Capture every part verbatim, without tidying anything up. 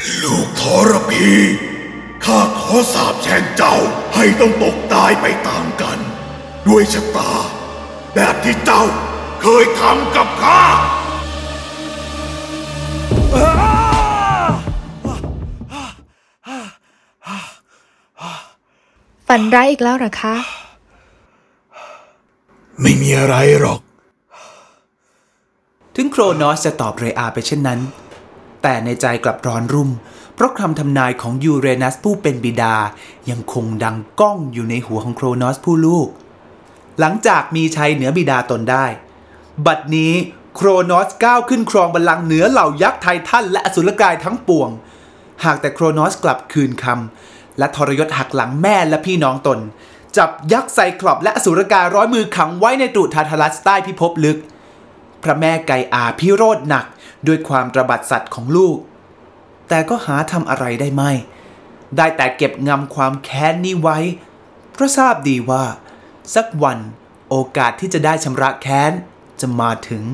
ลูกทรพีข้าขอสาปแช่งเจ้าให้ต้องตกตายไปตามกันด้วยชะตาแบบที่เจ้าเคยทำกับข้าฝันร้ายอีกแล้วหรอคะไม่มีอะไรหรอกถึงโครนอสจะตอบเรอาไปเช่นนั้นแต่ในใจกลับร้อนรุ่มเพราะคำทำนายของยูเรนัสผู้เป็นบิดายังคงดังก้องอยู่ในหัวของโครนอสผู้ลูกหลังจากมีชัยเหนือบิดาตนได้บัดนี้โครนอสก้าวขึ้นครองบัลลังก์เหนือเหล่ายักษ์ไททันและอสุรกายทั้งปวงหากแต่โครนอสกลับคืนคำและทรยศหักหลังแม่และพี่น้องตนจับยักษ์ไซคลอปและอสุรกายร้อยมือขังไว้ในตรุทาทารัสใต้พิภพลึกพระแม่ไกอาพิโรธหนักด้วยความตระบัดสัตย์ของลูกแต่ก็หาทำอะไรได้ไม่ได้แต่เก็บงำความแค้นนี้ไว้เพราะทราบดีว่าสักวันโอกาสที่จะได้ชำระแค้นจะมาถึง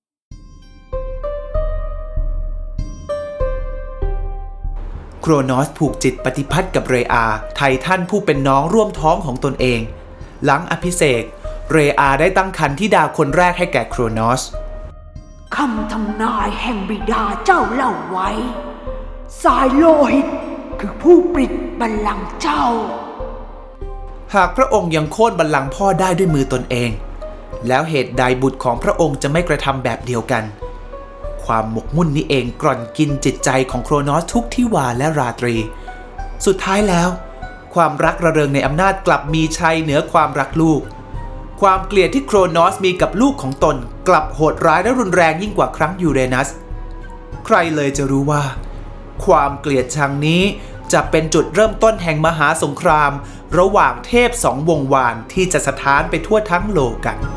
โครนอสผูกจิตปฏิพัติกับเรอาไททันผู้เป็นน้องร่วมท้องของตนเองหลังอภิเษกเรอาได้ตั้งครรภ์ธิดาคนแรกให้แก่โครนอสคำทำนายแห่งบิดาเจ้าเล่าไว้สายโลหิตคือผู้ปลิดบัลลังก์เจ้าหากพระองค์ยังโค่นบัลลังก์พ่อได้ด้วยมือตนเองแล้วเหตุใดบุตรของพระองค์จะไม่กระทำแบบเดียวกันความหมกมุ่นนี้เองกร่อนกินจิตใจของโครนอสทุกทิวาและราตรีสุดท้ายแล้วความรักระเริงในอำนาจกลับมีชัยเหนือความรักลูกความเกลียดที่โครนอสมีกับลูกของตนกลับโหดร้ายและรุนแรงยิ่งกว่าครั้งยูเรนัสใครเลยจะรู้ว่าความเกลียดชังนี้จะเป็นจุดเริ่มต้นแห่งมหาสงครามระหว่างเทพสองวงวานที่จะสถานไปทั่วทั้งโลกกัน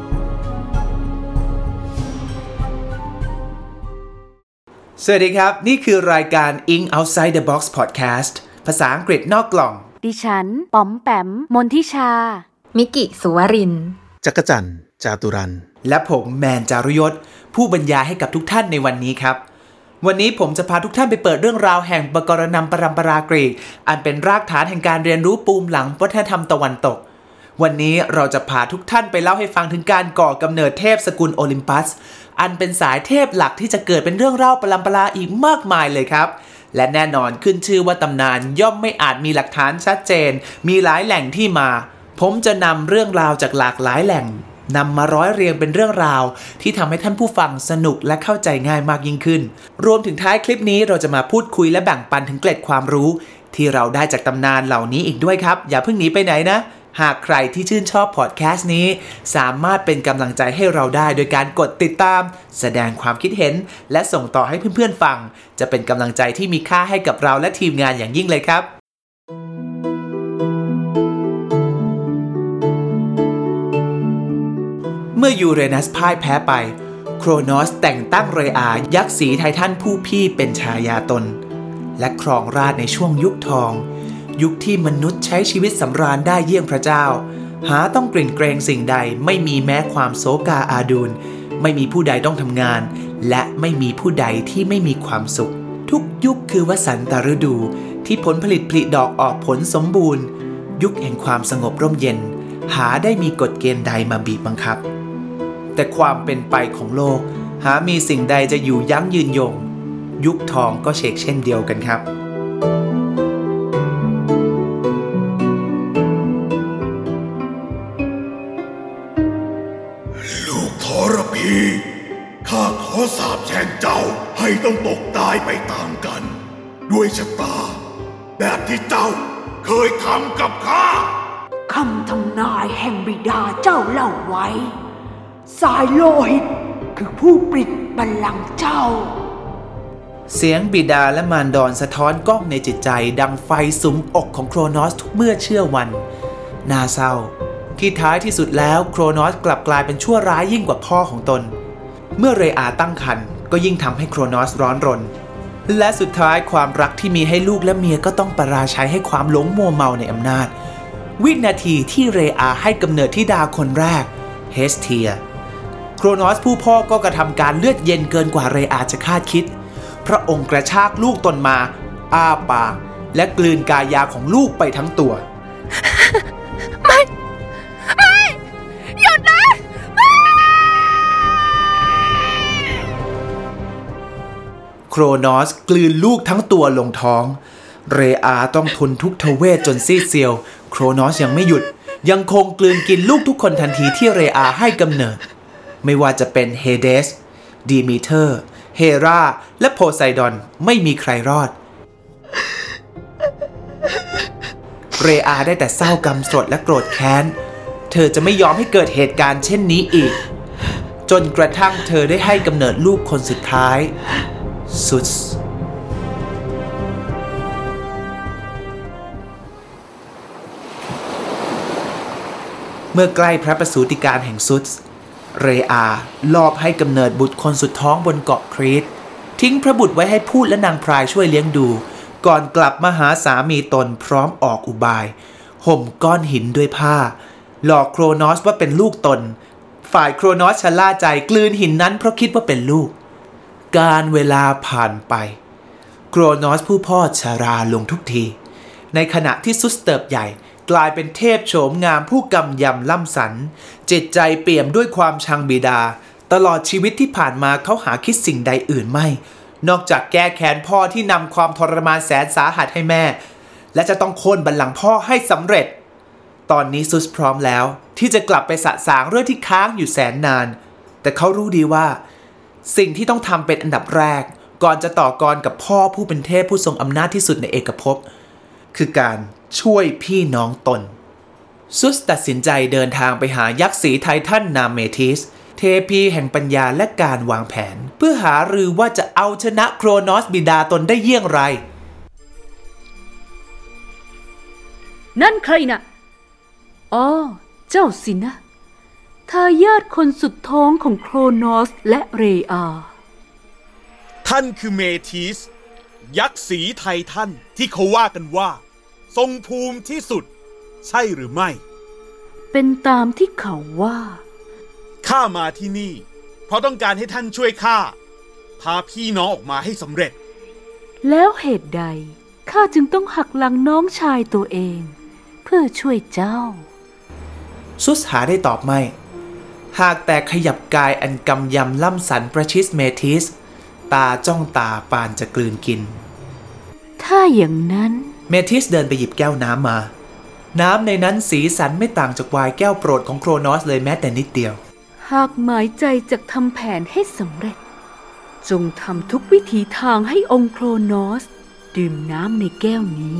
สวัสดีครับนี่คือรายการ Ink Outside the Box Podcast ภาษาอังกฤษนอกกล่องดิฉันป๋อมแปมมนทิชามิกิสุวรินทร์จักรจันทร์จาตุรันและผมแมนจารุยศผู้บรรยายให้กับทุกท่านในวันนี้ครับวันนี้ผมจะพาทุกท่านไปเปิดเรื่องราวแห่งปกรณำปรัมปรากรีกอันเป็นรากฐานแห่งการเรียนรู้ปูมหลังวัฒนธรรมตะวันตกวันนี้เราจะพาทุกท่านไปเล่าให้ฟังถึงการก่อกำเนิดเทพสกุลโอลิมปัสอันเป็นสายเทพหลักที่จะเกิดเป็นเรื่องเล่าปรัมปราอีกมากมายเลยครับและแน่นอนขึ้นชื่อว่าตำนานย่อมไม่อาจมีหลักฐานชัดเจนมีหลายแหล่งที่มาผมจะนำเรื่องราวจากหลากหลายแหล่งนำมาร้อยเรียงเป็นเรื่องราวที่ทำให้ท่านผู้ฟังสนุกและเข้าใจง่ายมากยิ่งขึ้นรวมถึงท้ายคลิปนี้เราจะมาพูดคุยและแบ่งปันถึงเกร็ดความรู้ที่เราได้จากตำนานเหล่านี้อีกด้วยครับอย่าเพิ่งหนีไปไหนนะหากใครที่ชื่นชอบพอดแคสต์นี้สามารถเป็นกำลังใจให้เราได้โดยการกดติดตามแสดงความคิดเห็นและส่งต่อให้เพื่อนๆฟังจะเป็นกำลังใจที่มีค่าให้กับเราและทีมงานอย่างยิ่งเลยครับเมื่อยูเรนัสพ่ายแพ้ไปโครนอสแต่งตั้งเรอายักษ์สีไททันผู้พี่เป็นชายาตนและครองราชย์ในช่วงยุคทองยุคที่มนุษย์ใช้ชีวิตสำราญได้เยี่ยงพระเจ้าหาต้องกลิ่นเกรงสิ่งใดไม่มีแม้ความโศกาอาดูลไม่มีผู้ใดต้องทำงานและไม่มีผู้ใดที่ไม่มีความสุขทุกยุคคือวสันตฤดูที่ผลผลิตผลิดอกออกผลสมบูรณ์ยุคแห่งความสงบร่มเย็นหาได้มีกฎเกณฑ์ใดมาบีบบังคับแต่ความเป็นไปของโลกหามีสิ่งใดจะอยู่ยั้งยืนยงยุคทองก็เชกเช่นเดียวกันครับลูกทรพีข้าขอสาปแช่งเจ้าให้ต้องตกตายไปตามกันด้วยชะตาแบบที่เจ้าเคยทำกับข้าคำทำนายแห่งบิดาเจ้าเล่าไว้สายโลหิตคือผู้ปลิดบัลลังก์เจ้าเสียงบิดาและมารดาสะท้อนก้องในจิตใจดังไฟสุมอกของโครนอสทุกเมื่อเชื่อวันน่าเศร้าที่ท้ายที่สุดแล้วโครนอสกลับกลายเป็นชั่วร้ายยิ่งกว่าพ่อของตนเมื่อเรอาตั้งครรภ์ก็ยิ่งทำให้โครนอสร้อนรนและสุดท้ายความรักที่มีให้ลูกและเมียก็ต้องประราชัยให้ความหลงมัวเมาในอำนาจวินาทีที่เรอาให้กำเนิดธิดาคนแรกเฮสเทียโครนอสผู้พ่อก็กระทำการเลือดเย็นเกินกว่าเรอาจะคาดคิดพระองค์กระชากลูกตนมาอ้าปากและกลืนกายาของลูกไปทั้งตัวไม่ไม่หยุดนะโครนอสกลืนลูกทั้งตัวลงท้องเรอาต้องทนทุกขเวทจนซีดเซียวโครนอสยังไม่หยุดยังคงกลืนกินลูกทุกคนทันทีที่เรอาให้กำเนิดไม่ว่าจะเป็นเฮเดสดีมิเตอร์เฮราและโพไซดอนไม่มีใครรอดเรอาได้แต่เศร้ากำสดและโกรธแค้นเธอจะไม่ยอมให้เกิดเหตุการณ์เช่นนี้อีกจนกระทั่งเธอได้ให้กำเนิดลูกคนสุดท้ายซุสเมื่อใกล้พระประสูติการแห่งซุสเรอาลอบให้กำเนิดบุตรคนสุดท้องบนเกาะครีตทิ้งพระบุตรไว้ให้พูดและนางพรายช่วยเลี้ยงดูก่อนกลับมาหาสามีตนพร้อมออกอุบายห่มก้อนหินด้วยผ้าหลอกโครนอสว่าเป็นลูกตนฝ่ายโครนอสชะล่าใจกลืนหินนั้นเพราะคิดว่าเป็นลูกการเวลาผ่านไปโครนอสผู้พ่อชราลงทุกทีในขณะที่ซุสเติบใหญ่กลายเป็นเทพโฉมงามผู้กำยำล่ำสันจิตใจเปี่ยมด้วยความชังบิดาตลอดชีวิตที่ผ่านมาเขาหาคิดสิ่งใดอื่นไม่นอกจากแก้แค้นพ่อที่นำความทรมานแสนสาหัสให้แม่และจะต้องโค่นบัลลังก์พ่อให้สำเร็จตอนนี้ซุสพร้อมแล้วที่จะกลับไปสะสางเรื่องที่ค้างอยู่แสนนานแต่เขารู้ดีว่าสิ่งที่ต้องทำเป็นอันดับแรกก่อนจะต่อกรกับพ่อผู้เป็นเทพผู้ทรงอำนาจที่สุดในเอกภพคือการช่วยพี่น้องตนซุสตัดสินใจเดินทางไปหายักษ์สีไททันนาเมทิสเทพีแห่งปัญญาและการวางแผนเพื่อหารือว่าจะเอาชนะโครนอสบิดาตนได้เยี่ยงไรนั่นใครน่ะอ๋อเจ้าสินะทายาทคนสุดท้องของโครนอสและเรอาท่านคือเมทิสยักษ์สีไททันที่เขาว่ากันว่าทรงภูมิที่สุดใช่หรือไม่เป็นตามที่เขาว่าข้ามาที่นี่เพราะต้องการให้ท่านช่วยข้าพาพี่น้องออกมาให้สำเร็จแล้วเหตุใดข้าจึงต้องหักหลังน้องชายตัวเองเพื่อช่วยเจ้าซุสหาได้ตอบไม่หากแต่ขยับกายอันกำยำล่ำสันประชิดเมทิสตาจ้องตาปานจะกลืนกินถ้าอย่างนั้นเมทิสเดินไปหยิบแก้วน้ำมาน้ำในนั้นสีสันไม่ต่างจากไวน์แก้วโปรดของโครนอสเลยแม้แต่นิดเดียวหากหมายใจจะทำแผนให้สำเร็จจงทำทุกวิถีทางให้องค์โครนอสดื่มน้ำในแก้วนี้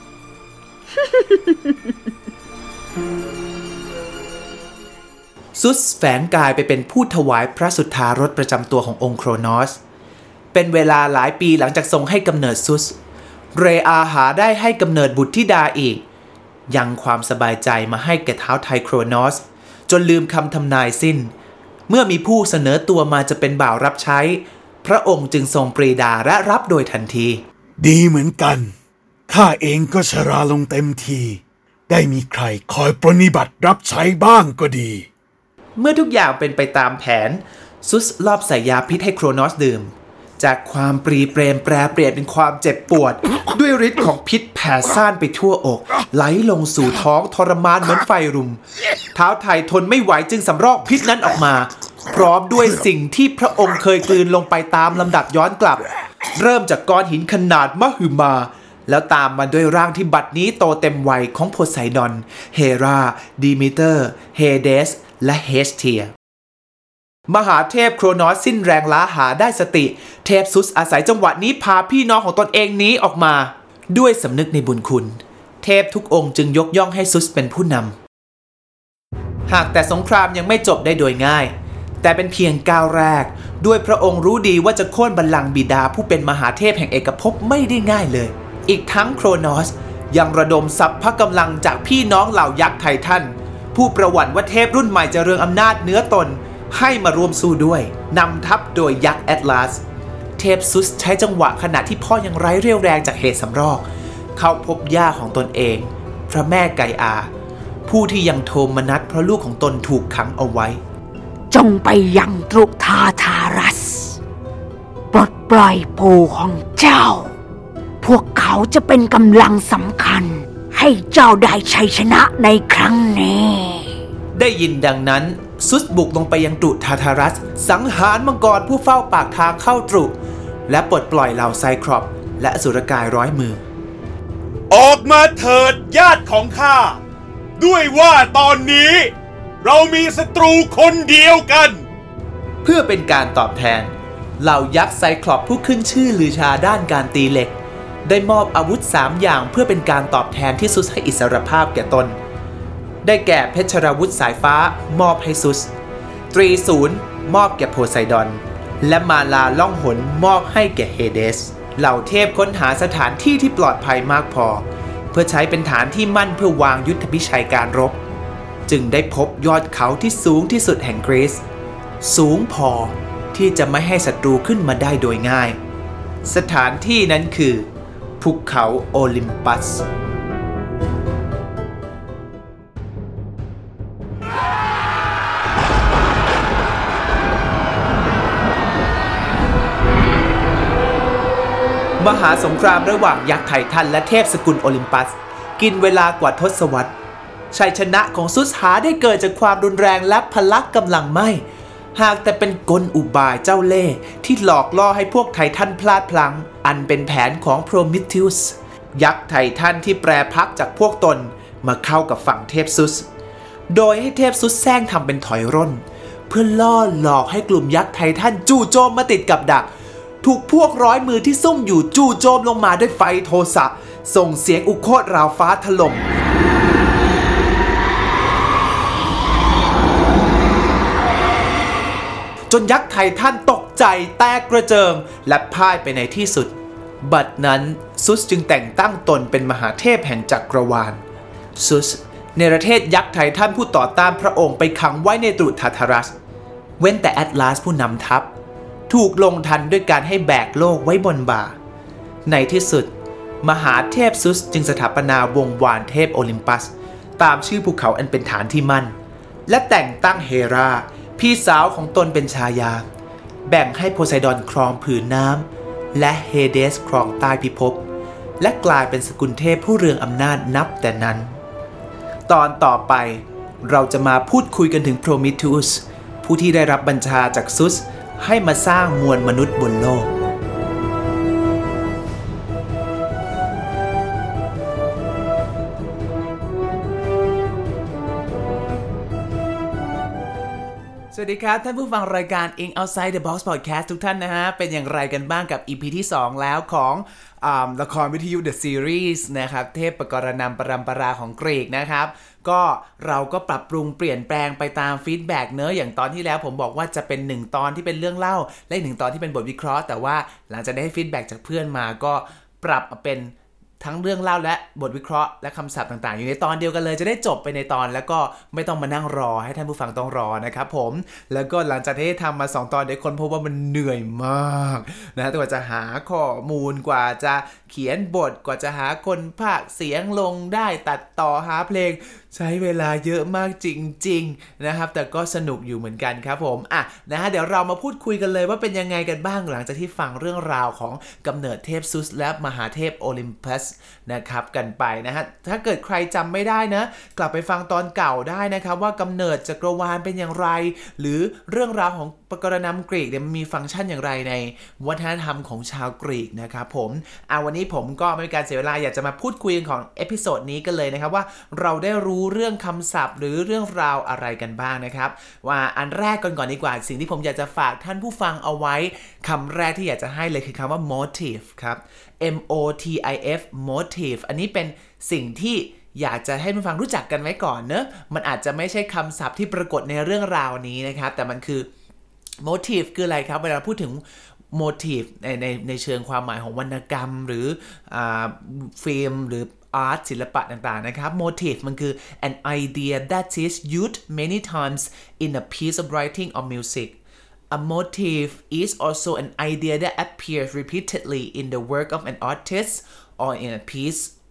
ซุสแฝงกายไปเป็นผู้ถวายพระสุทธารสประจำตัวขององค์โครนอสเป็นเวลาหลายปีหลังจากทรงให้กำเนิดซุสเรอาหาได้ให้กำเนิดบุตรธิดาอีกยังความสบายใจมาให้แก่ท้าวไทโครนอสจนลืมคำทำนายสิ้นเมื่อมีผู้เสนอตัวมาจะเป็นบ่าวรับใช้พระองค์จึงทรงปรีดาและรับโดยทันทีดีเหมือนกันข้าเองก็ชราลงเต็มทีได้มีใครคอยปรนนิบัติรับใช้บ้างก็ดีเมื่อทุกอย่างเป็นไปตามแผนซุสลอบใส่ยาพิษให้โครนอสดื่มจากความปรีเปรมแปรเปลี่ยนเป็นความเจ็บปวดด้วยฤทธิ์ของพิษแผ่ซ่านไปทั่วอกไหลลงสู่ท้องทรมานเหมือนไฟรุมท้าวไทยทนไม่ไหวจึงสำรอกพิษนั้นออกมาพร้อมด้วยสิ่งที่พระองค์เคยกลืนลงไปตามลำดับย้อนกลับเริ่มจากก้อนหินขนาดมหึมาแล้วตามมาด้วยร่างที่บัดนี้โตเต็มวัยของโพไซดอนเฮราดีมิเตอร์เฮเดสและเฮสเทียมหาเทพโครนอสสิ้นแรงล้าหาได้สติเทพซุสอาศัยจังหวะนี้พาพี่น้องของตนเองหนีออกมาด้วยสำนึกในบุญคุณเทพทุกองค์จึงยกย่องให้ซุสเป็นผู้นำหากแต่สงครามยังไม่จบได้โดยง่ายแต่เป็นเพียงก้าวแรกด้วยพระองค์รู้ดีว่าจะโค่นบัลลังก์บิดาผู้เป็นมหาเทพแห่งเอกภพไม่ได้ง่ายเลยอีกทั้งโครนอสยังระดมทรัพย์พกำลังจากพี่น้องเหล่ายักษ์ไททันผู้ประวัติว่าเทพรุ่นใหม่จะเรืองอำนาจเหนือตนให้มาร่วมสู้ด้วยนำทัพโดยยักษ์แอตลาสเทพซุสใช้จังหวะขณะที่พ่อยังไร้เรี่ยวแรงจากเหตุสำรอกเข้าพบย่าของตนเองพระแม่ไกอาผู้ที่ยังโทมนัสเพราะลูกของตนถูกขังเอาไว้จงไปยังตรุธาธารัสปลดปปล่อยปู่ของเจ้าพวกเขาจะเป็นกำลังสำคัญให้เจ้าได้ชัยชนะในครั้งนี้ได้ยินดังนั้นซุสบุกลงไปยังตรุทาทารัสสังหารมังกรผู้เฝ้าปากทางเข้าตรุและปลดปล่อยเหล่าไซครอปและอสุรกายร้อยมือออกมาเถิดญาติของข้าด้วยว่าตอนนี้เรามีศัตรูคนเดียวกันเพื่อเป็นการตอบแทนเหล่ายักษ์ไซคลอปผู้ขึ้นชื่อลือชาด้านการตีเหล็กได้มอบอาวุธสามอย่างเพื่อเป็นการตอบแทนที่ซุสให้อิสรภาพแก่ตนได้แก่เพชรวุธสายฟ้ามอบให้ซุสตรีศูนย์มอบแก่โพไซดอนและมาลาล่องหนมอบให้แก่เฮเดสเหล่าเทพค้นหาสถานที่ที่ปลอดภัยมากพอเพื่อใช้เป็นฐานที่มั่นเพื่อวางยุทธพิชัยการรบจึงได้พบยอดเขาที่สูงที่สุดแห่งกรีซสูงพอที่จะไม่ให้ศัตรูขึ้นมาได้โดยง่ายสถานที่นั้นคือภูเขาโอลิมปัสมหาสงครามระหว่างยักษ์ไททันและเทพสกุลโอลิมปัสกินเวลากว่าทศวรรษชัยชนะของซุสหาได้เกิดจากความรุนแรงและพละกำลังไม่หากแต่เป็นกลอุบายเจ้าเล่ห์ที่หลอกล่อให้พวกไททันพลาดพลั้งอันเป็นแผนของโพรมิเธีอุสยักษ์ไททันที่แปรพักจากพวกตนมาเข้ากับฝั่งเทพซุสโดยให้เทพซุสแซงทำเป็นถอยร่นเพื่อล่อหลอกให้กลุ่มยักษ์ไททันจู่โจมมาติดกับดักถูกพวกร้อยมือที่ซุ่มอยู่จู่โจมลงมาด้วยไฟโทสะส่งเสียงอุโคตรราวฟ้าถล่มจนยักษ์ไททันตกใจแตกกระเจิงและพ่ายไปในที่สุดบัดนั้นซุสจึงแต่งตั้งตนเป็นมหาเทพแห่งจักรวาลซุสเนรเทศยักษ์ไททันผู้ต่อต้านพระองค์ไปขังไว้ในตรุทาทารัสเว้นแต่แอตลาสผู้นำทัพถูกลงทันด้วยการให้แบกโลกไว้บนบ่าในที่สุดมหาเทพซุสจึงสถาปนาวงวานเทพโอลิมปัสตามชื่อภูเขาอันเป็นฐานที่มั่นและแต่งตั้งเฮราพี่สาวของตนเป็นชายาแบ่งให้โพไซดอนครองผืนน้ำและเฮเดสครองใต้พิภพและกลายเป็นสกุลเทพผู้เรืองอำนาจนับแต่นั้นตอนต่อไปเราจะมาพูดคุยกันถึงโพรมิเธีอุสผู้ที่ได้รับบัญชาจากซุสให้มาสร้างมวลมนุษย์บนโลกสวัสดีครับท่านผู้ฟังรายการ Ink Outside the Box Podcast ทุกท่านนะฮะเป็นอย่างไรกันบ้างกับ อี พี ที่สองแล้วของอ่าละครวิทยุ The Series นะครับเทพกรณำปรัมปราของกรีกนะครับก็เราก็ปรับปรุงเปลี่ยนแปลงไปตามฟีดแบ็กเนอะอย่างตอนที่แล้วผมบอกว่าจะเป็นหนึ่งตอนที่เป็นเรื่องเล่าและอีกหนึ่งตอนที่เป็นบทวิเคราะห์แต่ว่าหลังจากได้ฟีดแบ็กจากเพื่อนมาก็ปรับเป็นทั้งเรื่องเล่าและบทวิเคราะห์และคำศัพท์ต่างๆอยู่ในตอนเดียวกันเลยจะได้จบไปในตอนแล้วก็ไม่ต้องมานั่งรอให้ท่านผู้ฟังต้องรอนะครับผมแล้วก็หลังจากที่ทำมาสองตอนได้คนพบว่ามันเหนื่อยมากนะกว่าจะหาข้อมูลกว่าจะเขียนบทกว่าจะหาคนพากย์เสียงลงได้ตัดต่อหาเพลงใช้เวลาเยอะมากจริงๆนะครับแต่ก็สนุกอยู่เหมือนกันครับผมอ่ะนะฮะเดี๋ยวเรามาพูดคุยกันเลยว่าเป็นยังไงกันบ้างหลังจากที่ฟังเรื่องราวของกำเนิดเทพซุสและมหาเทพโอลิมปัสนะครับกันไปนะฮะถ้าเกิดใครจำไม่ได้นะกลับไปฟังตอนเก่าได้นะครับว่ากำเนิดจักรวาลเป็นอย่างไรหรือเรื่องราวของปกรณำกรีกเนี่ยมันมีฟังก์ชันอย่างไรในวัฒนธรรมของชาวกรีกนะครับผมอ่ะวันนี้ผมก็ไม่มีการเสียเวลาอยากจะมาพูดคุยกันของเอพิโซดนี้กันเลยนะครับว่าเราได้รู้เรื่องคำศัพท์หรือเรื่องราวอะไรกันบ้างนะครับว่าอันแรกก่อนก่อนดีกว่าสิ่งที่ผมอยากจะฝากท่านผู้ฟังเอาไว้คำแรกที่อยากจะให้เลยคือคำว่า motif ครับ M O T I F motif อันนี้เป็นสิ่งที่อยากจะให้ผู้ฟังรู้จักกันไว้ก่อนเนอะมันอาจจะไม่ใช่คำศัพท์ที่ปรากฏในเรื่องราวนี้นะครับแต่มันคือ motif คืออะไรครับเวลาพูดถึง motif ในในในเชิงความหมายของวรรณกรรมหรืออ่าฟิล์มหรืออาร์ตศิลปะต่างๆนะครับ motif มันคือ an idea that is used many times in a piece of writing or music A motif is also an idea that appears repeatedly in the work of an artist or in a piece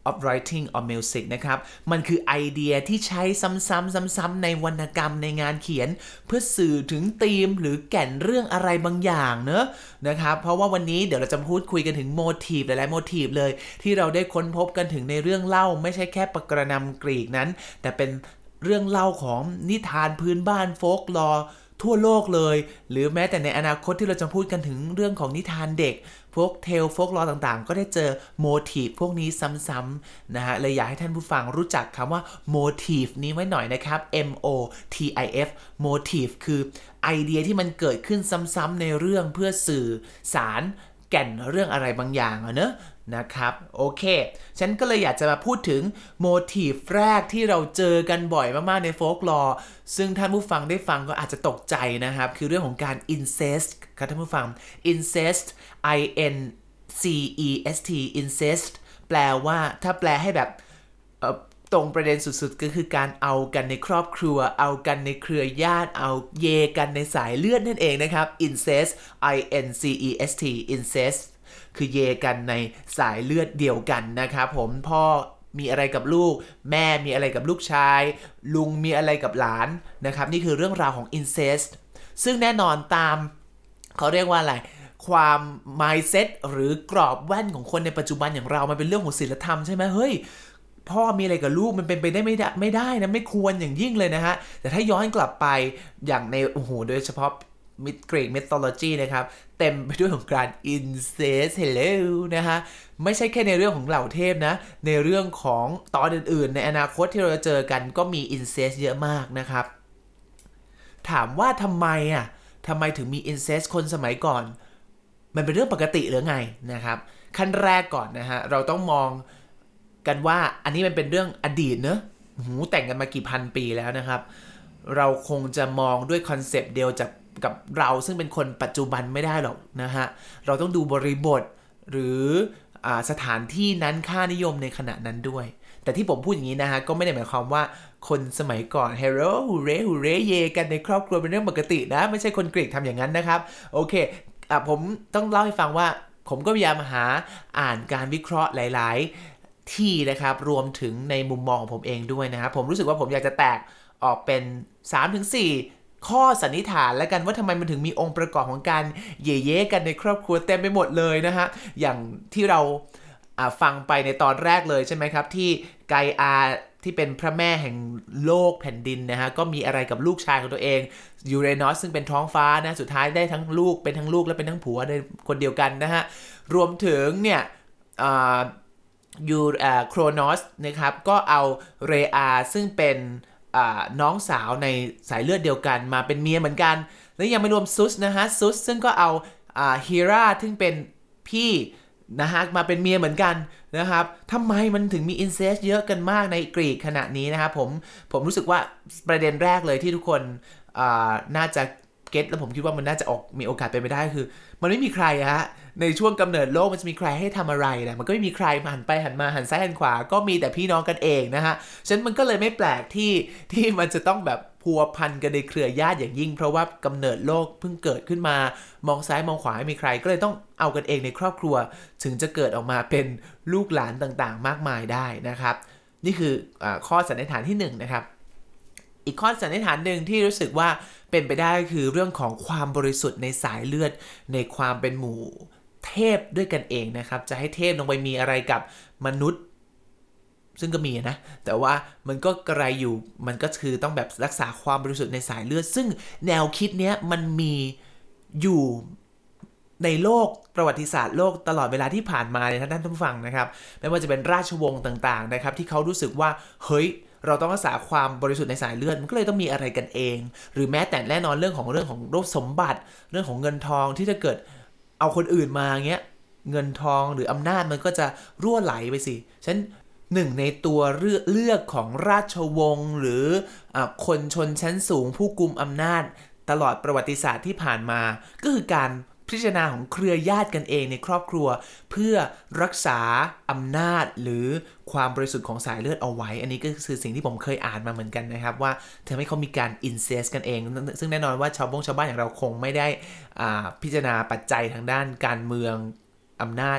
of writing or music นะครับมันคือไอเดียที่ใช้ซ้ำๆๆๆในวรรณกรรมในงานเขียนเพื่อสื่อถึงธีมหรือแก่นเรื่องอะไรบางอย่างเนอะนะครับเพราะว่าวันนี้เดี๋ยวเราจะพูดคุยกันถึงโมทีฟหลายๆโมทีฟเลยที่เราได้ค้นพบกันถึงในเรื่องเล่าไม่ใช่แค่ปกรณำกรีกนั้นแต่เป็นเรื่องเล่าของนิทานพื้นบ้านโฟกลอร์ทั่วโลกเลยหรือแม้แต่ในอนาคตที่เราจะพูดกันถึงเรื่องของนิทานเด็กโฟกเทลโฟกลอร์ต่างๆก็ได้เจอโมทีฟพวกนี้ซ้ำๆนะฮะเลยอยากให้ท่านผู้ฟังรู้จักคำว่าโมทีฟนี้ไว้หน่อยนะครับ M O T I F โมทีฟคือไอเดียที่มันเกิดขึ้นซ้ำๆในเรื่องเพื่อสื่อสารแก่นเรื่องอะไรบางอย่างอะเนอะนะครับโอเคฉันก็เลยอยากจะมาพูดถึงโมทีฟแรกที่เราเจอกันบ่อยมากๆในโฟกลอร์ซึ่งท่านผู้ฟังได้ฟังก็อาจจะตกใจนะครับคือเรื่องของการ incest ครับท่านผู้ฟัง incest I N C E S T incest แปลว่าถ้าแปลให้แบบเอ่อตรงประเด็นสุดๆก็คือการเอากันในครอบครัวเอากันในเครือญาติเอาเยกันในสายเลือดนั่นเองนะครับ incest I N C E S T incest คือเยกันในสายเลือดเดียวกันนะครับผมพ่อมีอะไรกับลูกแม่มีอะไรกับลูกชายลุงมีอะไรกับหลานนะครับนี่คือเรื่องราวของ incest ซึ่งแน่นอนตามเขาเรียกว่าอะไรความ mindset หรือกรอบแว่นของคนในปัจจุบันอย่างเรามันเป็นเรื่องของศีลธรรมใช่ไหมเฮ้ยพ่อมีอะไรกับลูกมันเป็นไปได้ไม่ได้ไม่ได้นะไม่ควรอย่างยิ่งเลยนะฮะแต่ถ้าย้อนกลับไปอย่างในโอ้โหโดยเฉพาะมิดกรีกมิธอโลจีนะครับเต็มไปด้วยของการ incest hello นะฮะไม่ใช่แค่ในเรื่องของเหล่าเทพนะในเรื่องของตอนอื่นๆในอนาคตที่เราจะเจอกันก็มี incest เยอะมากนะครับถามว่าทำไมอ่ะทำไมถึงมี incest คนสมัยก่อนมันเป็นเรื่องปกติหรือไงนะครับขั้นแรกก่อนนะฮะเราต้องมองกันว่าอันนี้มันเป็นเรื่องอดีตเนอะหูแต่งกันมากี่พันปีแล้วนะครับเราคงจะมองด้วยคอนเซปต์เดียวจากกับเราซึ่งเป็นคนปัจจุบันไม่ได้หรอกนะฮะเราต้องดูบริบทหรืออ่าสถานที่นั้นค่านิยมในขณะนั้นด้วยแต่ที่ผมพูดอย่างนี้นะฮะก็ไม่ได้หมายความว่าคนสมัยก่อนเฮโร่ฮูเร่ฮูเร่เยกันในครอบครัวเป็นเรื่องปกตินะไม่ใช่คนกรีกทำอย่างนั้นนะครับโอเคอ่ะผมต้องเล่าให้ฟังว่าผมก็พยายามหาอ่านการวิเคราะห์หลายๆที่นะครับรวมถึงในมุมมองของผมเองด้วยนะครับผมรู้สึกว่าผมอยากจะแตกออกเป็น สามถึงสี่ ข้อสันนิษฐานแล้วกันว่าทำไมมันถึงมีองค์ประกอบของการเย่เย่กันในครอบครัวเต็มไปหมดเลยนะฮะอย่างที่เราฟังไปในตอนแรกเลยใช่ไหมครับที่ไกอาที่เป็นพระแม่แห่งโลกแผ่นดินนะฮะก็มีอะไรกับลูกชายของตัวเองยูเรนัสซึ่งเป็นท้องฟ้านะสุดท้ายได้ทั้งลูกเป็นทั้งลูกและเป็นทั้งผัวในคนเดียวกันนะฮะรวมถึงเนี่ยยูโครนอสนะครับก็เอาเรอาซึ่งเป็นน้องสาวในสายเลือดเดียวกันมาเป็นเมียเหมือนกันและยังไม่รวมซุสนะฮะซุสซึ่งก็เอาฮีราซึ่งเป็นพี่นะฮะมาเป็นเมียเหมือนกันนะครับทำไมมันถึงมีอินเซสเยอะกันมากในกรีกขณะนี้นะครับผมผมรู้สึกว่าประเด็นแรกเลยที่ทุกคนน่าจะเก็ตแล้วผมคิดว่ามันน่าจะออกมีโอกาสเป็นไปได้คือมันไม่มีใครฮะในช่วงกำเนิดโลกมันจะมีใครให้ทำอะไรนะมันก็ไม่มีใครหันไปหันมาหันซ้ายหันขวาก็มีแต่พี่น้องกันเองนะฮะฉะนั้นมันก็เลยไม่แปลกที่ที่มันจะต้องแบบพัวพันกันในเครือญาติอย่างยิ่งเพราะว่ากำเนิดโลกเพิ่งเกิดขึ้นมามองซ้ายมองขวาไม่มีใครก็เลยต้องเอากันเองในครอบครัวถึงจะเกิดออกมาเป็นลูกหลานต่างๆมากมายได้นะครับนี่คืออ่าข้อสันนิษฐานที่หนึ่งนะครับอีกข้อสันนิษฐานหนึ่งที่รู้สึกว่าเป็นไปได้คือเรื่องของความบริสุทธิ์ในสายเลือดในความเป็นหมู่เทพด้วยกันเองนะครับจะให้เทพลงไปมีอะไรกับมนุษย์ซึ่งก็มีนะแต่ว่ามันก็กระไรอยู่มันก็คือต้องแบบรักษาความบริสุทธิ์ในสายเลือดซึ่งแนวคิดเนี้ยมันมีอยู่ในโลกประวัติศาสตร์โลกตลอดเวลาที่ผ่านมาเลยท่านผู้ฟังนะครับไม่ว่าจะเป็นราชวงศ์ต่างๆนะครับที่เขารู้สึกว่าเฮ้ยเราต้องรักษาความบริสุทธิ์ในสายเลือดมันก็เลยต้องมีอะไรกันเองหรือแม้แต่แน่นอนเรื่องของเรื่องของโรคสมบัติเรื่องของเงินทองที่ถ้าเกิดเอาคนอื่นมาเงี้ยเงินทองหรืออำนาจมันก็จะรั่วไหลไปสิฉะนั้นหนึ่งในตัวเลือกเลือกของราชวงศ์หรืออ่าคนชนชั้นสูงผู้กุมอำนาจตลอดประวัติศาสตร์ที่ผ่านมาก็คือการพิจารณาของเครือญาติกันเองในครอบครัวเพื่อรักษาอำนาจหรือความบริสุทธิ์ของสายเลือดเอาไว้อันนี้ก็คือสิ่งที่ผมเคยอ่านมาเหมือนกันนะครับว่าทำให้เขามีการอินเซสกันเองซึ่งแน่นอนว่าชาวบ้านชาวบ้านอย่างเราคงไม่ได้พิจารณาปัจจัยทางด้านการเมืองอำนาจ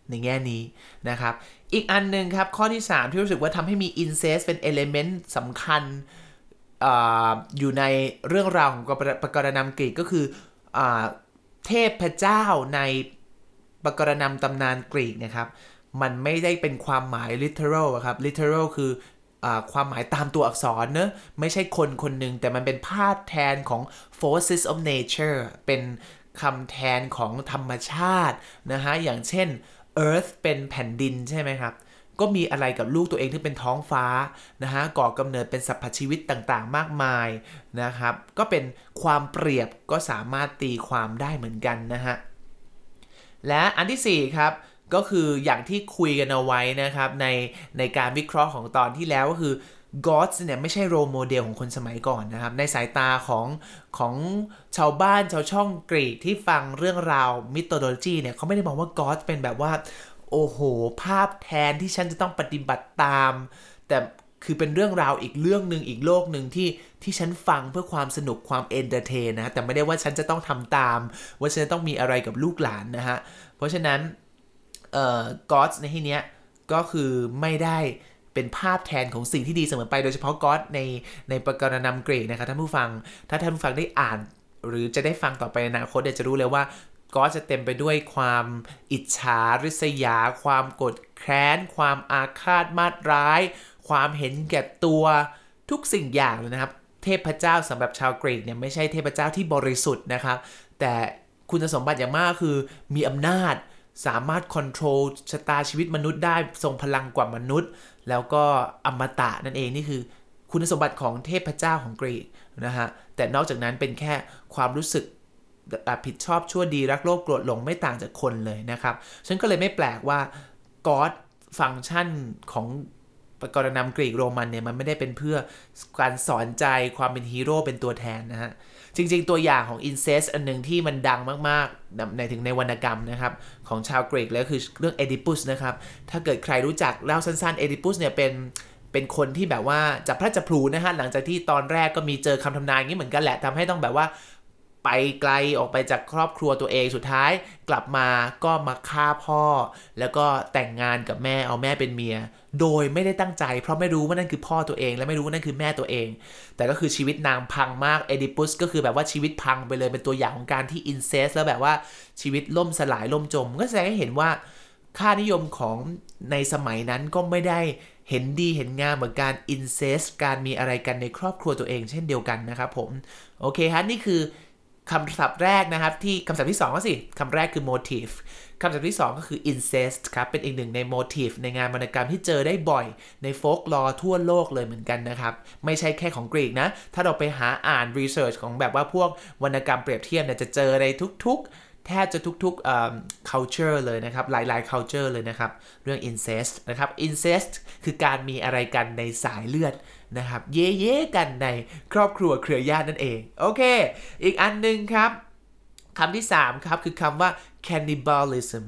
ในแง่นี้นะครับอีกอันนึงครับข้อที่สามที่รู้สึกว่าทำให้มี incest เป็น element สำคัญ อ, อยู่ในเรื่องราวของปกรณำกรีกก็คืออเทพเจ้าในปกรณำตำนานกรีกนะครับมันไม่ได้เป็นความหมาย literal ครับ literal คืออความหมายตามตัวอักษรเนอะไม่ใช่คนคนหนึ่งแต่มันเป็นภาพแทนของ forces of nature เป็นคำแทนของธรรมชาตินะฮะอย่างเช่น earth เป็นแผ่นดินใช่ไหมครับก็มีอะไรกับลูกตัวเองที่เป็นท้องฟ้านะฮะก่อกำเนิดเป็นสรรพชีวิตต่างๆมากมายนะครับก็เป็นความเปรียบก็สามารถตีความได้เหมือนกันนะฮะและอันที่สี่ครับก็คืออย่างที่คุยกันเอาไว้นะครับในในการวิเคราะห์ของตอนที่แล้วก็คือ gods เนี่ยไม่ใช่โรโมเดลของคนสมัยก่อนนะครับในสายตาของของชาวบ้านชาวช่องกรีกที่ฟังเรื่องราวมิโธโลจีเนี่ยเขาไม่ได้มองว่า gods เป็นแบบว่าโอ้โหภาพแทนที่ฉันจะต้องปฏิบัติตามแต่คือเป็นเรื่องราวอีกเรื่องนึงอีกโลกนึงที่ที่ฉันฟังเพื่อความสนุกความเอนเตอร์เทนนะแต่ไม่ได้ว่าฉันจะต้องทำตามว่าฉันจะต้องมีอะไรกับลูกหลานนะฮะเพราะฉะนั้นเอ่อ gods ในที่เนี้ยก็คือไม่ได้เป็นภาพแทนของสิ่งที่ดีเสมอไปโดยเฉพาะ God ในในปกรณำกรีกนะครับท่านผู้ฟังถ้าท่านผู้ฟังได้อ่านหรือจะได้ฟังต่อไปในอนาคตเดี๋ยวจะรู้เลยว่าก็จะเต็มไปด้วยความอิจฉาริษยาความโกรธแค้นความอาฆาตมาตร้ายความเห็นแก่ตัวทุกสิ่งอย่างเลยนะครับเทพเจ้าสำหรับชาวกรีกเนี่ยไม่ใช่เทพเจ้าที่บริสุทธิ์นะครับแต่คุณสมบัติอย่างมากคือมีอำนาจสามารถคอนโทรลชะตาชีวิตมนุษย์ได้ทรงพลังกว่ามนุษย์แล้วก็อมตะนั่นเองนี่คือคุณสมบัติของเทพเจ้าของกรีกนะฮะแต่นอกจากนั้นเป็นแค่ความรู้สึกผิดชอบชั่วดีรักโลภโกรธหลงไม่ต่างจากคนเลยนะครับฉันก็เลยไม่แปลกว่า God ฟังก์ชันของปกรณำกรีกโรมันเนี่ยมันไม่ได้เป็นเพื่อการสอนใจความเป็นฮีโร่เป็นตัวแทนนะฮะจริงๆตัวอย่างของ incest อันนึงที่มันดังมากๆในถึงในวรรณกรรมนะครับของชาวกรีกแล้วคือเรื่องเอดิปุสนะครับถ้าเกิดใครรู้จักเล่าสั้นๆเอดิปุสเนี่ยเป็นเป็นคนที่แบบว่าจับพลัดจับผลูนะฮะหลังจากที่ตอนแรกก็มีเจอคำทำนายอย่างนี้เหมือนกันแหละทำให้ต้องแบบว่าไปไกลออกไปจากครอบครัวตัวเองสุดท้ายกลับมาก็มาฆ่าพ่อแล้วก็แต่งงานกับแม่เอาแม่เป็นเมียโดยไม่ได้ตั้งใจเพราะไม่รู้ว่านั่นคือพ่อตัวเองและไม่รู้ว่านั่นคือแม่ตัวเองแต่ก็คือชีวิตนางพังมากเอดิปุสก็คือแบบว่าชีวิตพังไปเลยเป็นตัวอย่างของการที่อินเซสแล้วแบบว่าชีวิตล่มสลายล่มจมก็แสดงให้เห็นว่าค่านิยมของในสมัยนั้นก็ไม่ได้เห็นดีเห็นงามเหมือนการอินเซสการมีอะไรกันในครอบครัวตัวเองเช่นเดียวกันนะครับผมโอเคฮะนี่คือคำศัพท์แรกนะครับที่คำศัพท์ที่สองก็สิคำแรกคือ motive คำศัพท์ที่สองก็คือ incest ครับเป็นอีกหนึ่งใน motive ในงานวรรณกรรมที่เจอได้บ่อยในโฟล์คลอร์ทั่วโลกเลยเหมือนกันนะครับไม่ใช่แค่ของกรีกนะถ้าเราไปหาอ่าน research ของแบบว่าพวกวรรณกรรมเปรียบเทียบเนี่ยจะเจอในทุกๆแทบจะทุกๆ um, culture เลยนะครับหลายๆ culture เลยนะครับเรื่อง incest นะครับ incest คือการมีอะไรกันในสายเลือดนะครับเย่ๆกันในครอบครัวเครือญาตินั่นเองโอเคอีกอันนึงครับคำที่สามครับคือคำว่า cannibalism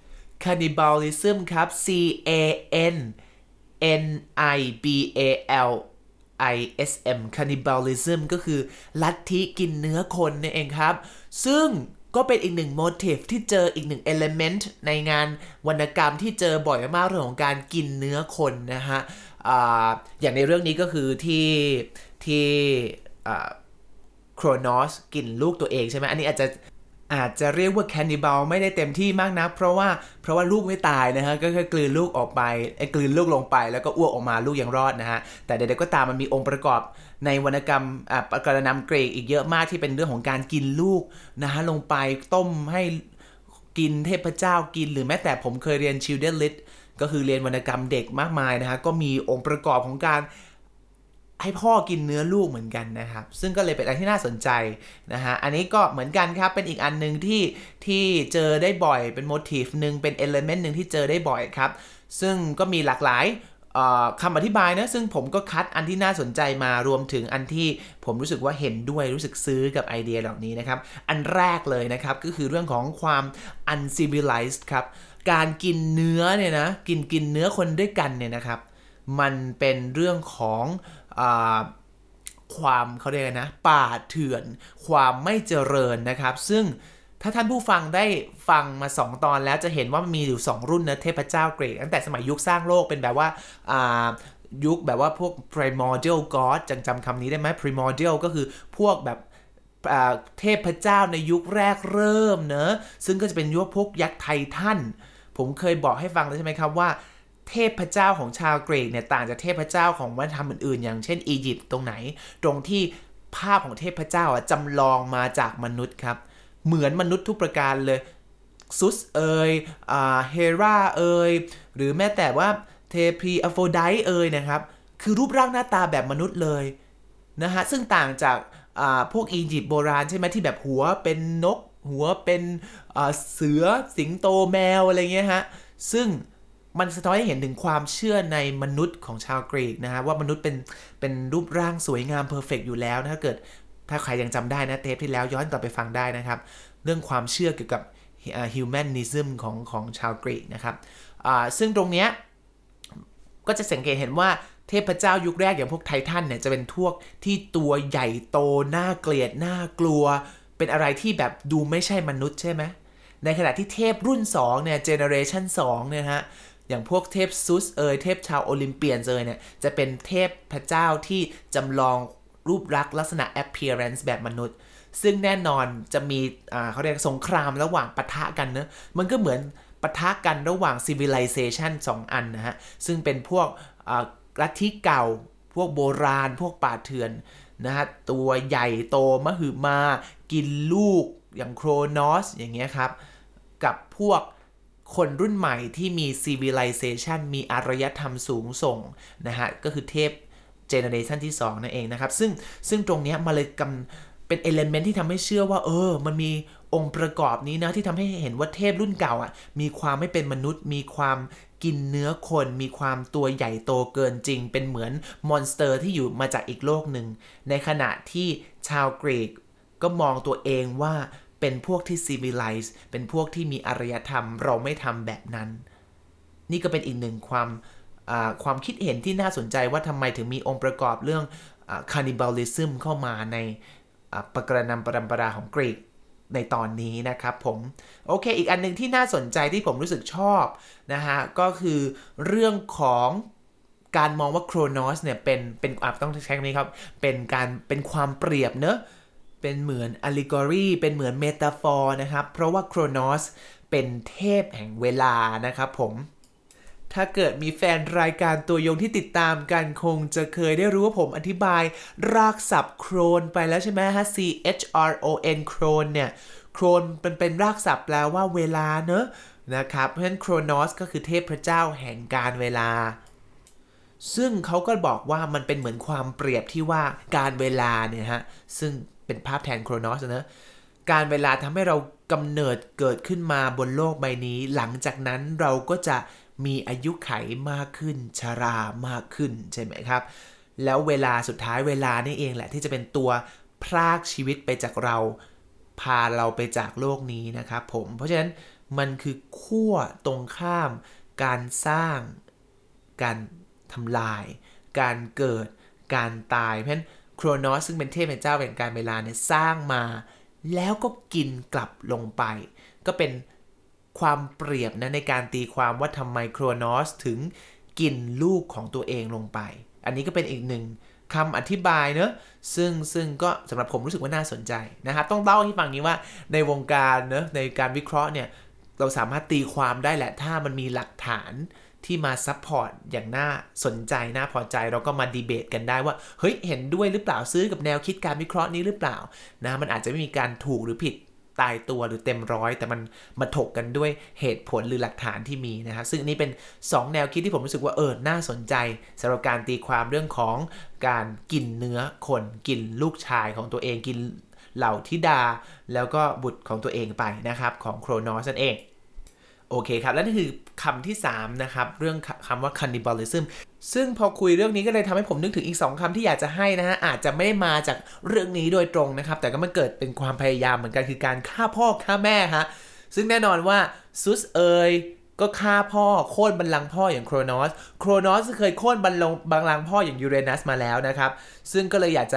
cannibalism ครับ C A N N I B A L I S M cannibalism ก็คือลัทธิกินเนื้อคนนี่เองครับซึ่งก็เป็นอีกหนึ่ง motive ที่เจออีกหนึ่ง element ในงานวรรณกรรมที่เจอบ่อยมากเรื่องของการกินเนื้อคนนะฮะ อ, อย่างในเรื่องนี้ก็คือที่ที่โครโนสกินลูกตัวเองใช่ไหมอันนี้อาจจะอาจจะเรียกว่าแคนนิบาลไม่ได้เต็มที่มากนักเพราะว่าเพราะว่าลูกไม่ตายนะฮะก็แค่กลืนลูกออกไปไอ้กลืนลูกลงไปแล้วก็อ้วกออกมาลูกยังรอดนะฮะแต่ใดๆก็ตามมันมีองค์ประกอบในวรรณกรรมอ่าปกรณำกรีกอีกเยอะมากที่เป็นเรื่องของการกินลูกนะฮะลงไปต้มให้กินเทพเจ้ากินหรือแม้แต่ผมเคยเรียน Children Lit ก็คือเรียนวรรณกรรมเด็กมากมายนะฮะก็มีองค์ประกอบของการให้พ่อกินเนื้อลูกเหมือนกันนะครับซึ่งก็เลยเป็นอะไรที่น่าสนใจนะฮะอันนี้ก็เหมือนกันครับเป็นอีกอันนึงที่ที่เจอได้บ่อยเป็นโมทีฟนึงเป็นเอลิเมนต์นึงที่เจอได้บ่อยครับซึ่งก็มีหลากหลายคำอธิบายนะซึ่งผมก็คัดอันที่น่าสนใจมารวมถึงอันที่ผมรู้สึกว่าเห็นด้วยรู้สึกซื้อกับไอเดียเหล่านี้นะครับอันแรกเลยนะครับก็คือเรื่องของความ uncivilized ครับการกินเนื้อเนี่ยนะกินกินเนื้อคนด้วยกันเนี่ยนะครับมันเป็นเรื่องของความเขาเรียกนะป่าเถื่อนความไม่เจริญนะครับซึ่งถ้าท่านผู้ฟังได้ฟังมาสองตอนแล้วจะเห็นว่ามันมีอยู่สองรุ่นนะเทพเจ้าเกรกตั้งแต่สมัยยุคสร้างโลกเป็นแบบว่าอ่ายุคแบบว่าพวก primordial god จังจำคำนี้ได้ไหม primordial ก็คือพวกแบบเทพเจ้าในยุคแรกเริ่มเนอะซึ่งก็จะเป็นยุคพวกยักษ์ไททันผมเคยบอกให้ฟังแล้วใช่ไหมครับว่าเทพเจ้าของชาวกรีกเนี่ยต่างจากเทพเจ้าของวัฒนธรรมอื่นๆอย่างเช่นอียิปต์ตรงไหนตรงที่ภาพของเทพเจ้าจำลองมาจากมนุษย์ครับเหมือนมนุษย์ทุกประการเลยซุสเอยเฮราเอยหรือแม้แต่ว่าเทพีอโฟไดต์เอยนะครับคือรูปร่างหน้าตาแบบมนุษย์เลยนะฮะซึ่งต่างจากพวกอียิปต์โบราณใช่ไหมที่แบบหัวเป็นนกหัวเป็นเสือสิงโตแมวอะไรเงี้ยฮะซึ่งมันสะท้อนให้เห็นถึงความเชื่อในมนุษย์ของชาวกรีกนะฮะว่ามนุษย์เป็นเป็นรูปร่างสวยงามเพอร์เฟกต์อยู่แล้วนะถ้าเกิดถ้าใครยังจำได้นะเทปที่แล้วย้อนกลับไปฟังได้นะครับเรื่องความเชื่อเกี่ยวกับ humanism ของของชาวกรีกนะครับซึ่งตรงเนี้ยก็จะสังเกตเห็นว่าเทพเจ้ายุคแรกอย่างพวกไททันเนี่ยจะเป็นพวกที่ตัวใหญ่โตน่าเกลียดน่ากลัวเป็นอะไรที่แบบดูไม่ใช่มนุษย์ใช่ไหมในขณะที่เทพรุ่นสองเนี่ยเจเนอเรชันสองเนี่ยฮะอย่างพวกเทพซุสเอยเทพชาวโอลิมเปียนเอยเนี่ยจะเป็นเทพพระเจ้าที่จำลองรูปลักษณ์ลักษณะ appearance แบบมนุษย์ซึ่งแน่นอนจะมีอ่าเขาเรียกสงครามระหว่างปะทะกันเนอะมันก็เหมือนปะทะกันระหว่าง civilization สองอันนะฮะซึ่งเป็นพวกอ่าลัทธิเก่าพวกโบราณพวกป่าเถื่อนนะฮะตัวใหญ่โตมหึมากินลูกอย่างโครนอสอย่างเงี้ยครับกับพวกคนรุ่นใหม่ที่มี civilization มีอารยธรรมสูงส่งนะฮะก็คือเทพเจเนอเรชันที่สองนั่นเองนะครับซึ่งซึ่งตรงเนี้ยมาเลยกำเป็นเอลิเมนต์ที่ทำให้เชื่อว่าเออมันมีองค์ประกอบนี้นะที่ทำให้เห็นว่าเทพรุ่นเก่าอ่ะมีความไม่เป็นมนุษย์มีความกินเนื้อคนมีความตัวใหญ่โตเกินจริงเป็นเหมือนมอนสเตอร์ที่อยู่มาจากอีกโลกหนึ่งในขณะที่ชาวกรีกก็มองตัวเองว่าเป็นพวกที่ civilized เป็นพวกที่มีอารยธรรมเราไม่ทำแบบนั้นนี่ก็เป็นอีกหนึ่งความความคิดเห็นที่น่าสนใจว่าทำไมถึงมีองค์ประกอบเรื่อง cannibalism เข้ามาในปกรณำปรำปราของกรีกในตอนนี้นะครับผมโอเคอีกอันนึงที่น่าสนใจที่ผมรู้สึกชอบนะฮะก็คือเรื่องของการมองว่าโครนอสเนี่ยเป็นเป็นอ่ะต้องใช้คำนี้ครับเป็นการเป็นความเปรียบเนอะเป็นเหมือน allegory เป็นเหมือนเมตาฟอร์นะครับเพราะว่าโครนอสเป็นเทพแห่งเวลานะครับผมถ้าเกิดมีแฟนรายการตัวยงที่ติดตามกันคงจะเคยได้รู้ว่าผมอธิบายรากศัพท์โครนไปแล้วใช่ไหมฮะ C H R O N โครนเนี่ยโครนเป็นเป็นรากศัพท์แปลว่าเวลาเนอะนะครับเพราะฉะนั้นโครนอสก็คือเทพเจ้าแห่งการเวลาซึ่งเขาก็บอกว่ามันเป็นเหมือนความเปรียบที่ว่าการเวลาเนี่ยฮะซึ่งเป็นภาพแทนโครนอสนะการเวลาทำให้เรากำเนิดเกิดขึ้นมาบนโลกใบนี้หลังจากนั้นเราก็จะมีอายุไขมากขึ้นชรามากขึ้นใช่ไหมครับแล้วเวลาสุดท้ายเวลานี่เองแหละที่จะเป็นตัวพรากชีวิตไปจากเราพาเราไปจากโลกนี้นะครับผมเพราะฉะนั้นมันคือขั้วตรงข้ามการสร้างการทำลายการเกิดการตายเพราะฉะนั้นโครนอสซึ่งเป็นเทพเจ้าแห่งการเวลาเนี่ยสร้างมาแล้วก็กินกลับลงไปก็เป็นความเปรียบนะในการตีความว่าทำไมโครนอสถึงกินลูกของตัวเองลงไปอันนี้ก็เป็นอีกหนึ่งคำอธิบายเนอะซึ่งซึ่งก็สำหรับผมรู้สึกว่าน่าสนใจนะครับต้องเล่าให้ฟังนี้ว่าในวงการเนอะในการวิเคราะห์เนี่ยเราสามารถตีความได้แหละถ้ามันมีหลักฐานที่มาซัพพอร์ตอย่างน่าสนใจน่าพอใจเราก็มาดีเบตกันได้ว่าเฮ้ยเห็นด้วยหรือเปล่าซื้อกับแนวคิดการวิเคราะห์นี้หรือเปล่านะมันอาจจะไม่มีการถูกหรือผิดตายตัวหรือเต็มร้อยแต่มันมาถกกันด้วยเหตุผลหรือหลักฐานที่มีนะครับซึ่งนี้เป็นสองแนวคิดที่ผมรู้สึกว่าเออน่าสนใจสำหรับการตีความเรื่องของการกินเนื้อคนกินลูกชายของตัวเองกินเหล่าธิดาแล้วก็บุตรของตัวเองไปนะครับของโครนอสนั่นเองโอเคครับและนี่คือคำที่สามนะครับเรื่องคำว่า cannibalism ซึ่งพอคุยเรื่องนี้ก็เลยทำให้ผมนึกถึงอีกสองคำที่อยากจะให้นะฮะอาจจะไม่ได้มาจากเรื่องนี้โดยตรงนะครับแต่ก็มันเกิดเป็นความพยายามเหมือนกันคือการฆ่าพ่อฆ่าแม่ฮะซึ่งแน่นอนว่าซุสเอยก็ฆ่าพ่อโค่นบัลลังก์พ่ออย่างโครนอสโครนอสเคยโค่นบัลลังก์บัลลังก์พ่ออย่างยูเรนัสมาแล้วนะครับซึ่งก็เลยอยากจะ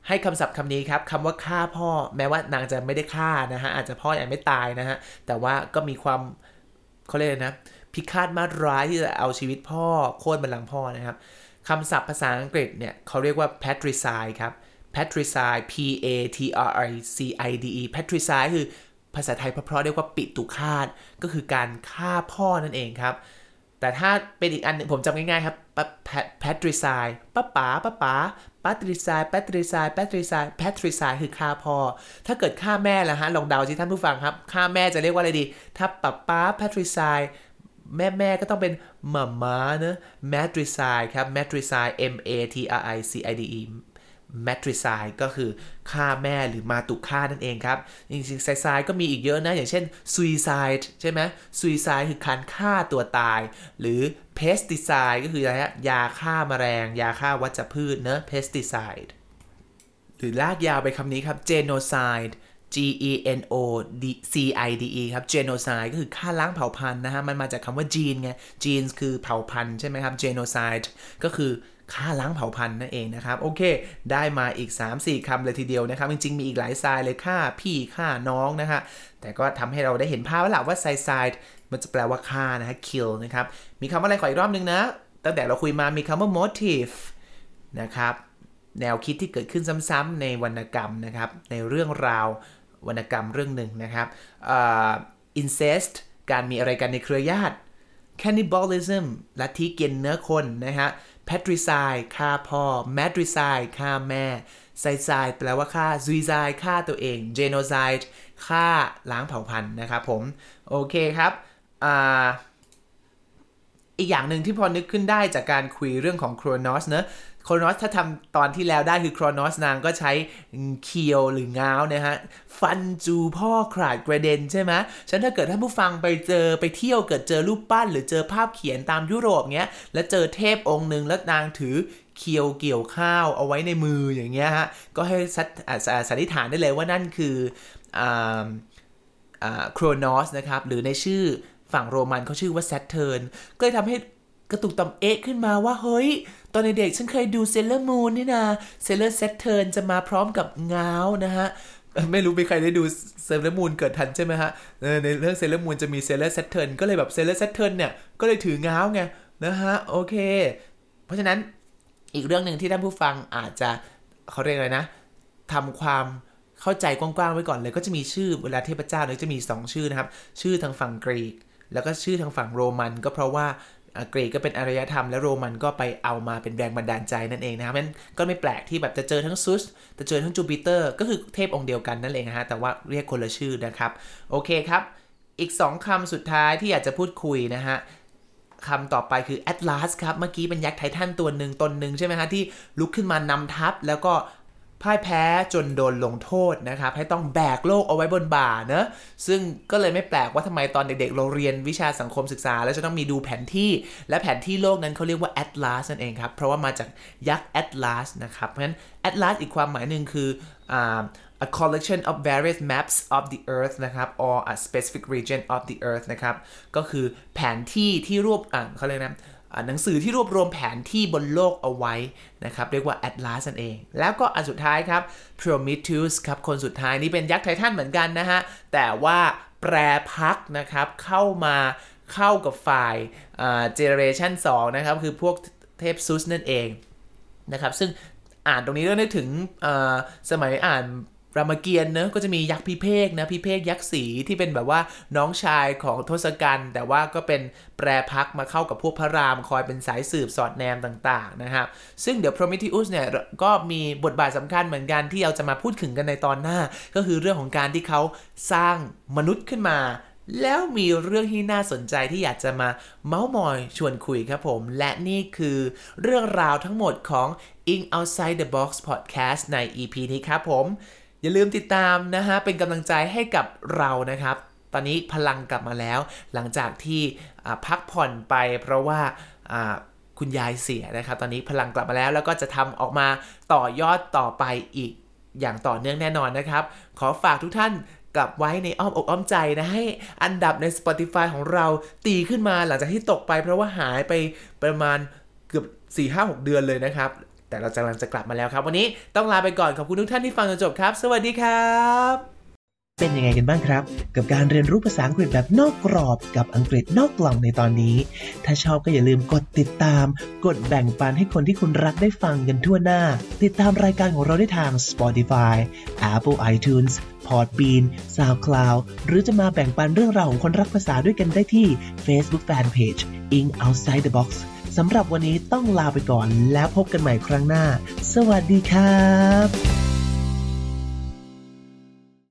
ให้คำศัพท์คำนี้ครับคำว่าฆ่าพ่อแม้ว่านางจะไม่ได้ฆ่านะฮะอาจจะพ่อยังไม่ตายนะฮะแต่ว่าก็มีความเขาเรียกนะพิฆาตมาตร้ายที่จะเอาชีวิตพ่อโค่นบัลลังก์พ่อนะครับคำศัพท์ภาษาอังกฤษเนี่ยเขาเรียกว่า patricide ครับ patricide p a t r i c i d e patricide คือภาษาไทยเพราะๆเรียกว่าปิตุฆาตก็คือการฆ่าพ่อนั่นเองครับแต่ถ้าเป็นอีกอันนึงผมจำง่ายๆครับ patricide ป้าป๋าป้าป๋า patricide patricide patricide patricide คือฆ่าพ่อถ้าเกิดฆ่าแม่ล่ะฮะลองเดาสิท่านผู้ฟังครับฆ่าแม่จะเรียกว่าอะไรดีถ้าป้าป๋า patricide แม่แม่ก็ต้องเป็นหม่าม้าเนอะ matricide ครับ matricide m a t r i c i d e matricide ก็คือฆ่าแม่หรือมาตุฆ่านั่นเองครับจริงๆ suicide ก็มีอีกเยอะนะอย่างเช่น suicide ใช่ไหม suicide คือการฆ่าตัวตายหรือ pesticide ก็คืออะไรฮะยาฆ่าแมลงยาฆ่าวัชพืชเนอะ pesticide หรือลากยาวไปคำนี้ครับ genocide G E N O C I D E ครับ genocide ก็คือฆ่าล้างเผ่าพันธุ์นะฮะมันมาจากคำว่า gene ไง genes คือเผ่าพันธุ์ใช่ไหมครับ genocide ก็คือฆ่าล้างเผ่าพันธุ์นั่นเองนะครับโอเคได้มาอีก สามสี่ คำเลยทีเดียวนะครับจริงๆมีอีกหลายทรายเลยฆ่าพี่ฆ่าน้องนะฮะแต่ก็ทำให้เราได้เห็นภาพแล้วล่ะว่า suicide มันจะแปลว่าฆ่านะฮะ kill นะครับมีคำว่าอะไรขออีกรอบนึงนะตั้งแต่เราคุยมามีคำว่า motive นะครับแนวคิดที่เกิดขึ้นซ้ำๆในวรรณกรรมนะครับในเรื่องราววรรณกรรมเรื่องหนึ่งนะครับ uh, incest การมีอะไรกันในเครือญาติ cannibalism ลัทธิกินเนื้อคนนะฮะ patricide ฆ่าพ่อ matricide ฆ่าแม่ suicide แปลว่าฆ่า suicide ฆ่าตัวเอง genocide ฆ่าล้างเผ่าพันธุ์นะครับผมโอเคครับ uh, อีกอย่างหนึ่งที่พอนึกขึ้นได้จากการคุยเรื่องของโครโนสเนอะโครโนสถ้าทำตอนที่แล้วได้คือโครโนสนางก็ใช้เคียวหรือง้าวนะฮะฟันจูพ่อขาดกระเด็นใช่ไหมฉันถ้าเกิดท่านผู้ฟังไปเจอไปเที่ยวเกิดเจอรูปปั้นหรือเจอภาพเขียนตามยุโรปเงี้ยแล้วเจอเทพองค์นึงแล้วนางถือเคียวเกี่ยวข้าวเอาไว้ในมืออย่างเงี้ยฮะก็ให้สันนิษฐานได้เลยว่านั่นคืออ่าอ่าโครโนสนะครับหรือในชื่อฝั่งโรมันเขาชื่อว่า Saturn ก็เลยทำให้กระตุกต่อมเอ๊ะขึ้นมาว่าเฮ้ยตอนเด็กๆฉันเคยดูเซเลอร์มูนนี่นะเซเลอร์เซตเทิร์นจะมาพร้อมกับง้าวนะฮะไม่รู้มีใครได้ดูเซเลอร์มูนเกิดทันใช่ไหมฮะในเรื่องเซเลอร์มูนจะมีเซเลอร์เซตเทิร์นก็เลยแบบเซเลอร์เซตเทิร์นเนี่ยก็เลยถือง้าวไงนะฮะโอเคเพราะฉะนั้นอีกเรื่องหนึ่งที่ท่านผู้ฟังอาจจะเขาเรียกอะไรนะทำความเข้าใจกว้างๆไว้ก่อนเลยก็จะมีชื่อเวลาเทพเจ้าเนี่ยจะมีสองชื่อนะครับชื่อทางฝั่งกรีกแล้วก็ชื่อทางฝั่งโรมันก็เพราะว่ากรีกก็เป็นอารยธรรมและโรมันก็ไปเอามาเป็นแรงบันดาลใจนั่นเองนะครับงั้นก็ไม่แปลกที่แบบจะเจอทั้งซุสจะเจอทั้งจูปิเตอร์ก็คือเทพองค์เดียวกันนั่นเองนะฮะแต่ว่าเรียกคนละชื่อนะครับโอเคครับอีกสองคำสุดท้ายที่อยากจะพูดคุยนะฮะคำต่อไปคือ Atlas ครับเมื่อกี้เป็นยักษ์ไททันตัวหนึ่งตนหนึ่งใช่ไหมฮะที่ลุกขึ้นมานำทัพแล้วก็พ่ายแพ้จนโดนลงโทษนะครับให้ต้องแบกโลกเอาไว้บนบ่าเนอะซึ่งก็เลยไม่แปลกว่าทำไมตอนเด็กๆเราเรียนวิชาสังคมศึกษาแล้วจะต้องมีดูแผนที่และแผนที่โลกนั้นเขาเรียกว่า Atlas นั่นเองครับเพราะว่ามาจากยักษ์ Atlas นะครับเพราะฉะนั้น Atlas อีกความหมายหนึ่งคืออ่าa collection of various maps of the earth นะครับ or a specific region of the earth นะครับก็คือแผนที่ที่รวบอ่าเขาเรียกนะหนังสือที่รวบรวมแผนที่บนโลกเอาไว้นะครับเรียกว่า Atlas นั่นเองแล้วก็อันสุดท้ายครับ Prometheus ครับคนสุดท้ายนี่เป็นยักษ์ไททันเหมือนกันนะฮะแต่ว่าแปรพักนะครับเข้ามาเข้ากับฝ่ายอ่า Generation สองนะครับคือพวกเทพซุสนั่นเองนะครับซึ่งอ่านตรงนี้ก็นึกถึงสมัยอ่านรามเกียรติ์เนอะก็จะมียักษ์พิเภกนะพิเภกยักษ์สีที่เป็นแบบว่าน้องชายของทศกัณฐ์แต่ว่าก็เป็นแปรพักมาเข้ากับพวกพระรามคอยเป็นสายสืบสอดแนมต่างๆนะครับซึ่งเดี๋ยว Prometheus เนี่ยก็มีบทบาทสำคัญเหมือนกันที่เราจะมาพูดถึงกันในตอนหน้าก็คือเรื่องของการที่เขาสร้างมนุษย์ขึ้นมาแล้วมีเรื่องที่น่าสนใจที่อยากจะมาเม้ามอยชวนคุยครับผมและนี่คือเรื่องราวทั้งหมดของ Ink Outside the Box Podcast ใน อี พี นี้ครับผมอย่าลืมติดตามนะฮะเป็นกำลังใจให้กับเรานะครับตอนนี้พลังกลับมาแล้วหลังจากที่พักผ่อนไปเพราะว่าคุณยายเสียนะครับตอนนี้พลังกลับมาแล้วแล้วก็จะทำออกมาต่อยอดต่อไปอีกอย่างต่อเนื่องแน่นอนนะครับขอฝากทุกท่านกลับไว้ในอ้อมอกอ้อมใจนะให้อันดับใน Spotify ของเราตีขึ้นมาหลังจากที่ตกไปเพราะว่าหายไปประมาณเกือบ สี่ ห้า หก เดือนเลยนะครับแแต่เรากำลังจะกลับมาแล้วครับวันนี้ต้องลาไปก่อนขอบคุณทุกท่านที่ฟังจนจบครับสวัสดีครับเป็นยังไงกันบ้างครับกับการเรียนรู้ภาษาอังกฤษแบบนอกกรอบกับอังกฤษนอกกล่องในตอนนี้ถ้าชอบก็อย่าลืมกดติดตามกดแบ่งปันให้คนที่คุณรักได้ฟังกันทั่วหน้าติดตามรายการของเราได้ทาง Spotify Apple iTunes Podbean SoundCloud หรือจะมาแบ่งปันเรื่องราวของคนรักภาษาด้วยกันได้ที่ Facebook Fanpage Ink Outside the Box สำหรับวันนี้ต้องลาไปก่อนแล้วพบกันใหม่ครั้งหน้าสวัสดีครับ